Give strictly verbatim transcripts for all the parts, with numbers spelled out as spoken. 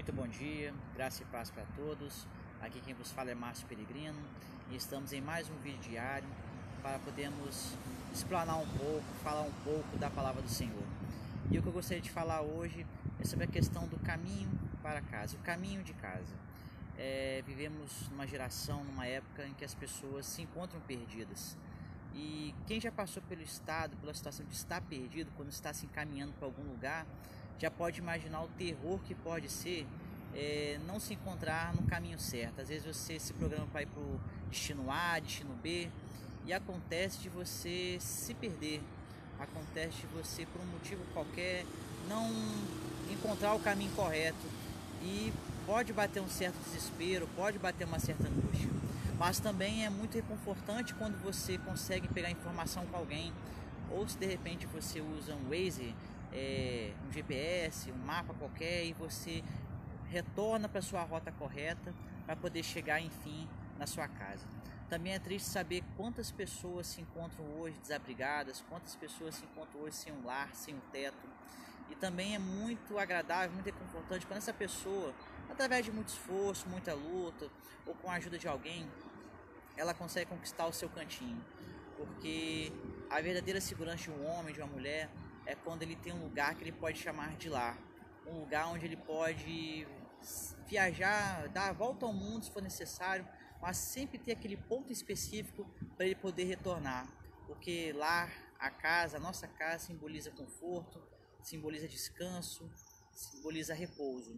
Muito bom dia, graça e paz para todos. Aqui quem vos fala é Márcio Peregrino e estamos em mais um vídeo diário para podermos explanar um pouco, falar um pouco da palavra do Senhor. E o que eu gostaria de falar hoje é sobre a questão do caminho para casa, o caminho de casa. É, vivemos numa geração, numa época em que as pessoas se encontram perdidas. E quem já passou pelo estado, pela situação de estar perdido, quando está se encaminhando para algum lugar, já pode imaginar o terror que pode ser é, não se encontrar no caminho certo. Às vezes você se programa para ir para o destino A, destino B, e acontece de você se perder, acontece de você, por um motivo qualquer, não encontrar o caminho correto, e pode bater um certo desespero, pode bater uma certa angústia. Mas também é muito reconfortante quando você consegue pegar informação com alguém, ou se de repente você usa um Waze, é, um G P S, um mapa qualquer, e você retorna para sua rota correta para poder chegar enfim na sua casa. Também é triste saber quantas pessoas se encontram hoje desabrigadas, quantas pessoas se encontram hoje sem um lar, sem um teto. E também é muito agradável, muito reconfortante quando essa pessoa, através de muito esforço, muita luta, ou com a ajuda de alguém, ela consegue conquistar o seu cantinho. Porque a verdadeira segurança de um homem, de uma mulher, é quando ele tem um lugar que ele pode chamar de lar. Um lugar onde ele pode viajar, dar a volta ao mundo se for necessário, mas sempre ter aquele ponto específico para ele poder retornar. Porque lar, a casa, a nossa casa simboliza conforto, simboliza descanso, simboliza repouso.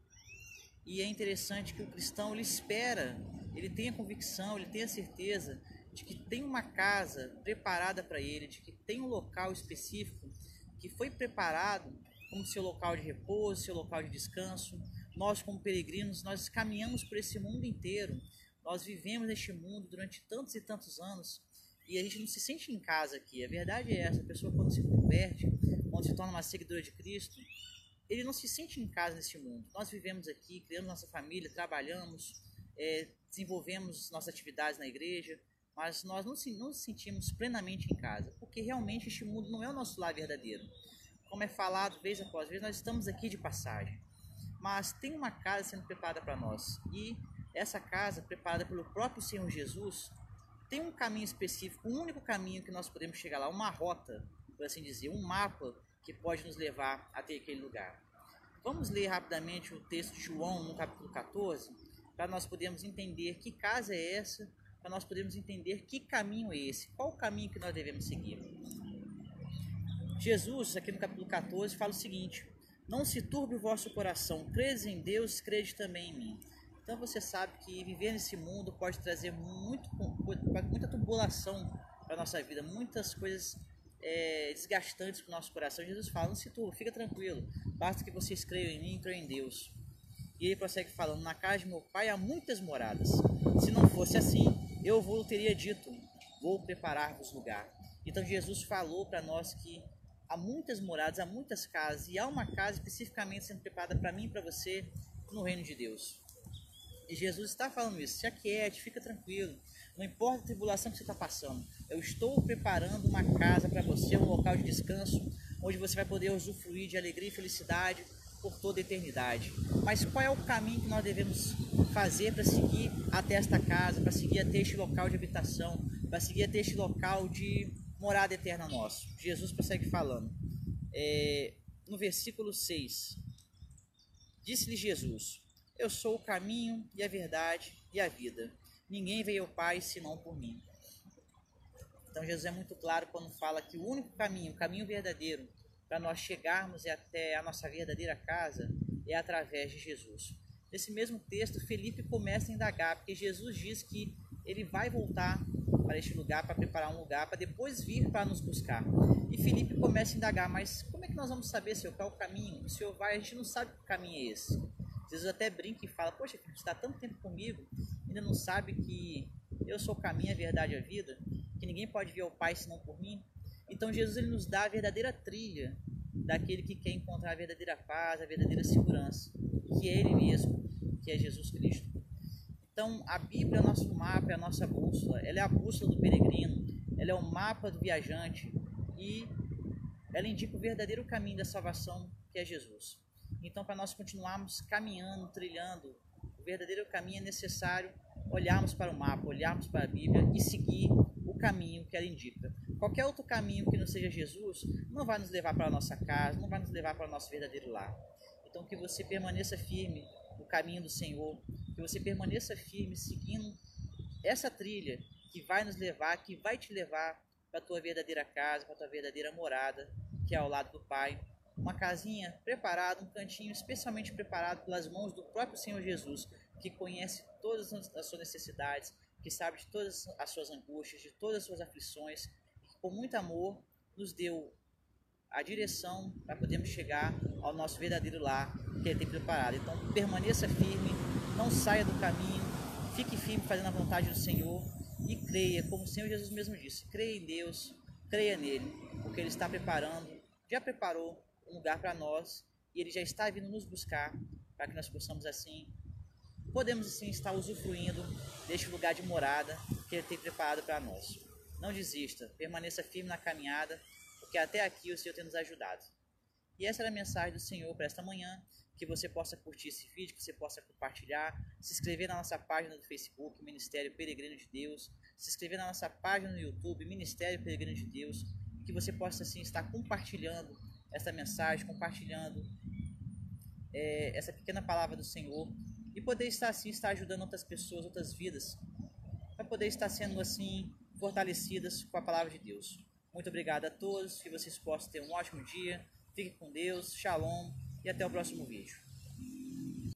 E é interessante que o cristão ele espera, ele tem a convicção, ele tem a certeza de que tem uma casa preparada para ele, de que tem um local específico que foi preparado como seu local de repouso, seu local de descanso. Nós, como peregrinos, nós caminhamos por esse mundo inteiro, nós vivemos neste mundo durante tantos e tantos anos e a gente não se sente em casa aqui. A verdade é essa: a pessoa, quando se converte, quando se torna uma seguidora de Cristo, ele não se sente em casa neste mundo. Nós vivemos aqui, criamos nossa família, trabalhamos, é, desenvolvemos nossas atividades na igreja, mas nós não, se, não nos sentimos plenamente em casa, porque realmente este mundo não é o nosso lar verdadeiro. Como é falado vez após vez, nós estamos aqui de passagem, mas tem uma casa sendo preparada para nós, e essa casa, preparada pelo próprio Senhor Jesus, tem um caminho específico, um único caminho que nós podemos chegar lá, uma rota, por assim dizer, um mapa que pode nos levar até aquele lugar. Vamos ler rapidamente o texto de João no capítulo quatorze, para nós podermos entender que casa é essa, para nós podermos entender que caminho é esse, qual o caminho que nós devemos seguir. Jesus, aqui no capítulo quatorze, fala o seguinte: não se turbe o vosso coração, credes em Deus, crede também em mim. Então você sabe que viver nesse mundo pode trazer muito, muita turbulação para a nossa vida, muitas coisas é, desgastantes para o nosso coração. Jesus fala: não se turbe, fica tranquilo, basta que vocês creiam em mim e creiam em Deus. E ele prossegue falando: na casa de meu pai há muitas moradas, se não fosse assim, eu vos teria dito, vou preparar-vos lugar. Então Jesus falou para nós que há muitas moradas, há muitas casas, e há uma casa especificamente sendo preparada para mim e para você no reino de Deus. E Jesus está falando isso: se aquiete, fica tranquilo, não importa a tribulação que você está passando, eu estou preparando uma casa para você, um local de descanso, onde você vai poder usufruir de alegria e felicidade por toda a eternidade. Mas qual é o caminho que nós devemos fazer para seguir até esta casa, para seguir até este local de habitação, para seguir até este local de morada eterna nosso? Jesus prossegue falando, é, no versículo seis, disse-lhe Jesus: eu sou o caminho e a verdade e a vida, ninguém veio ao Pai senão por mim. Então Jesus é muito claro quando fala que o único caminho, o caminho verdadeiro para nós chegarmos até a nossa verdadeira casa é através de Jesus. Nesse mesmo texto, Felipe começa a indagar, porque Jesus diz que ele vai voltar para este lugar, para preparar um lugar, para depois vir para nos buscar. E Felipe começa a indagar: mas como é que nós vamos saber, Senhor, qual é o caminho? O Senhor vai, a gente não sabe que caminho é esse. Jesus até brinca e fala: poxa, você está tanto tempo comigo, ainda não sabe que eu sou o caminho, a verdade e a vida, que ninguém pode vir ao Pai senão por mim? Então Jesus ele nos dá a verdadeira trilha daquele que quer encontrar a verdadeira paz, a verdadeira segurança, que é Ele mesmo, que é Jesus Cristo. Então a Bíblia é o nosso mapa, é a nossa bússola, ela é a bússola do peregrino, ela é o mapa do viajante, e ela indica o verdadeiro caminho da salvação, que é Jesus. Então, para nós continuarmos caminhando, trilhando o verdadeiro caminho, é necessário olharmos para o mapa, olharmos para a Bíblia e seguir o caminho que ela indica. Qualquer outro caminho que não seja Jesus não vai nos levar para a nossa casa, não vai nos levar para o nosso verdadeiro lar. Então, que você permaneça firme no caminho do Senhor, que você permaneça firme seguindo essa trilha que vai nos levar, que vai te levar para a tua verdadeira casa, para a tua verdadeira morada, que é ao lado do Pai. Uma casinha preparada, um cantinho especialmente preparado pelas mãos do próprio Senhor Jesus, que conhece todas as suas necessidades, que sabe de todas as suas angústias, de todas as suas aflições, e que com muito amor nos deu a direção para podermos chegar ao nosso verdadeiro lar que Ele tem preparado. Então permaneça firme, não saia do caminho, fique firme fazendo a vontade do Senhor e creia, como o Senhor Jesus mesmo disse, creia em Deus, creia nele, porque Ele está preparando, já preparou um lugar para nós e Ele já está vindo nos buscar para que nós possamos assim, podemos assim estar usufruindo deste lugar de morada que Ele tem preparado para nós. Não desista, permaneça firme na caminhada, porque até aqui o Senhor tem nos ajudado. E essa era a mensagem do Senhor para esta manhã, que você possa curtir esse vídeo, que você possa compartilhar, se inscrever na nossa página do Facebook, Ministério Peregrino de Deus, se inscrever na nossa página no YouTube, Ministério Peregrino de Deus, que você possa assim estar compartilhando essa mensagem, compartilhando é, essa pequena palavra do Senhor e poder estar assim, estar ajudando outras pessoas, outras vidas, para poder estar sendo assim fortalecidas com a palavra de Deus. Muito obrigado a todos, que vocês possam ter um ótimo dia, fiquem com Deus, shalom e até o próximo vídeo.